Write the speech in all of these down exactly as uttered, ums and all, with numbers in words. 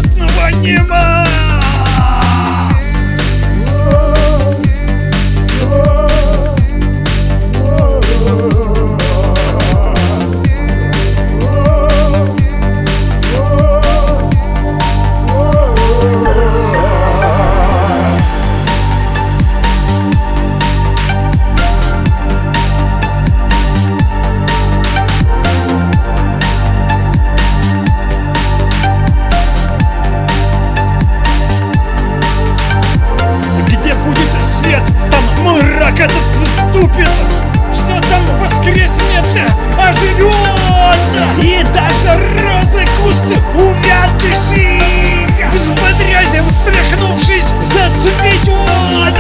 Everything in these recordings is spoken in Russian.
ясного неба. Мрак этот заступит, все там воскреснет, оживет, и даже розы кусты увядших, взбодрясь, встряхнувшись, зацветет.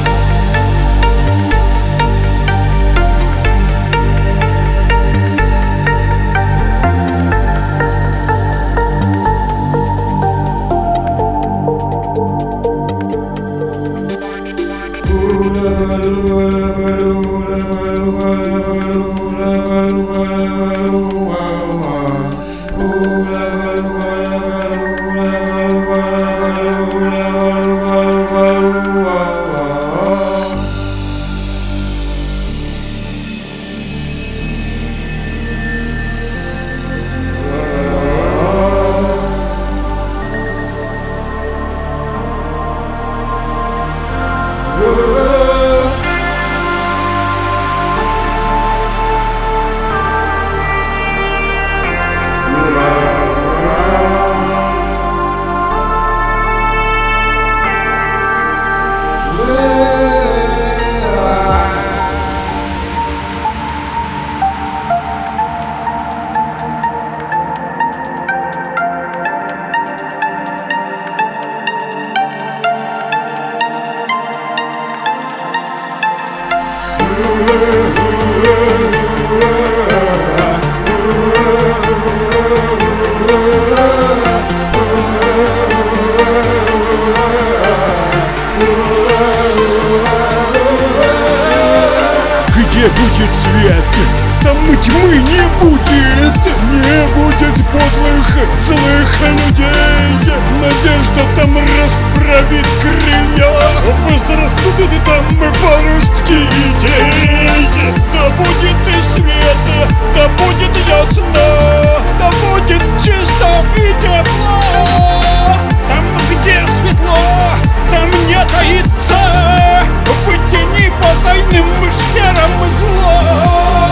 Где будет свет, там и тьмы не будет. Не будет подлых, злых людей. Надежда там расправит крылья. Возрастут и там поростки идей. Да будет и свет, да будет ясно, да будет чисто и тепло. Там, где светло, там не таится в тени по тайным штерам зло.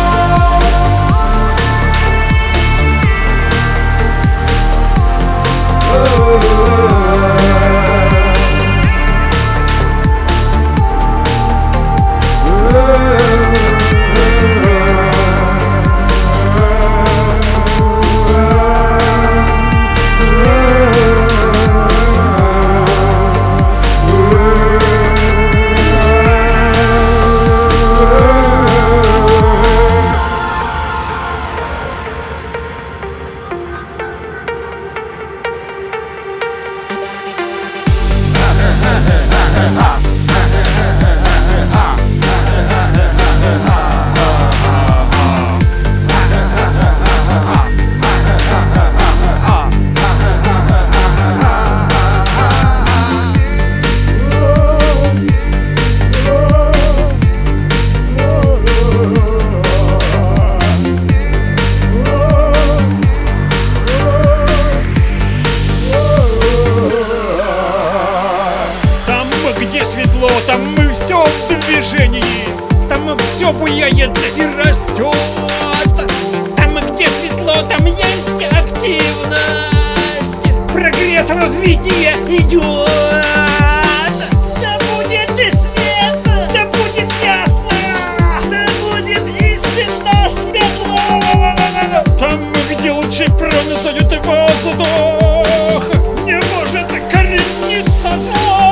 Светло, там мы все в движении, там все буяет и растет. Там, где светло, там есть активность. Прогресс, развитие идет. Да будет и свет, да будет ясно, да будет истинно светло. Там, где лучи проносят воздух, не может корениться зло.